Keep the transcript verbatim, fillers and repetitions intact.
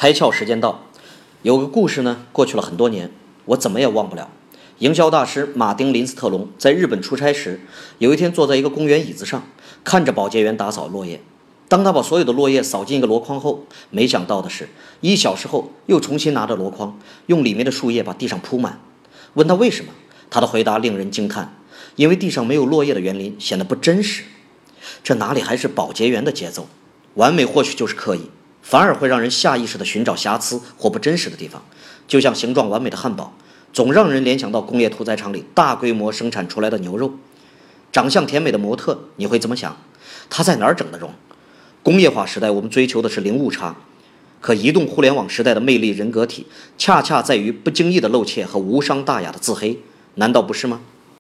开窍时间到，有个故事呢，过去了很多年，我怎么也忘不了。营销大师马丁·林斯特龙在日本出差时，有一天坐在一个公园椅子上，看着保洁员打扫落叶。当他把所有的落叶扫进一个箩筐后，没想到的是，一小时后又重新拿着箩筐，用里面的树叶把地上铺满。问他为什么，他的回答令人惊叹：因为地上没有落叶的园林显得不真实。这哪里还是保洁员的节奏？完美或许就是刻意，反而会让人下意识地寻找瑕疵或不真实的地方。就像形状完美的汉堡，总让人联想到工业屠宰场里大规模生产出来的牛肉。长相甜美的模特，你会怎么想？他在哪儿整的容？工业化时代，我们追求的是零误差，可移动互联网时代的魅力人格体，恰恰在于不经意的露怯和无伤大雅的自黑，难道不是吗？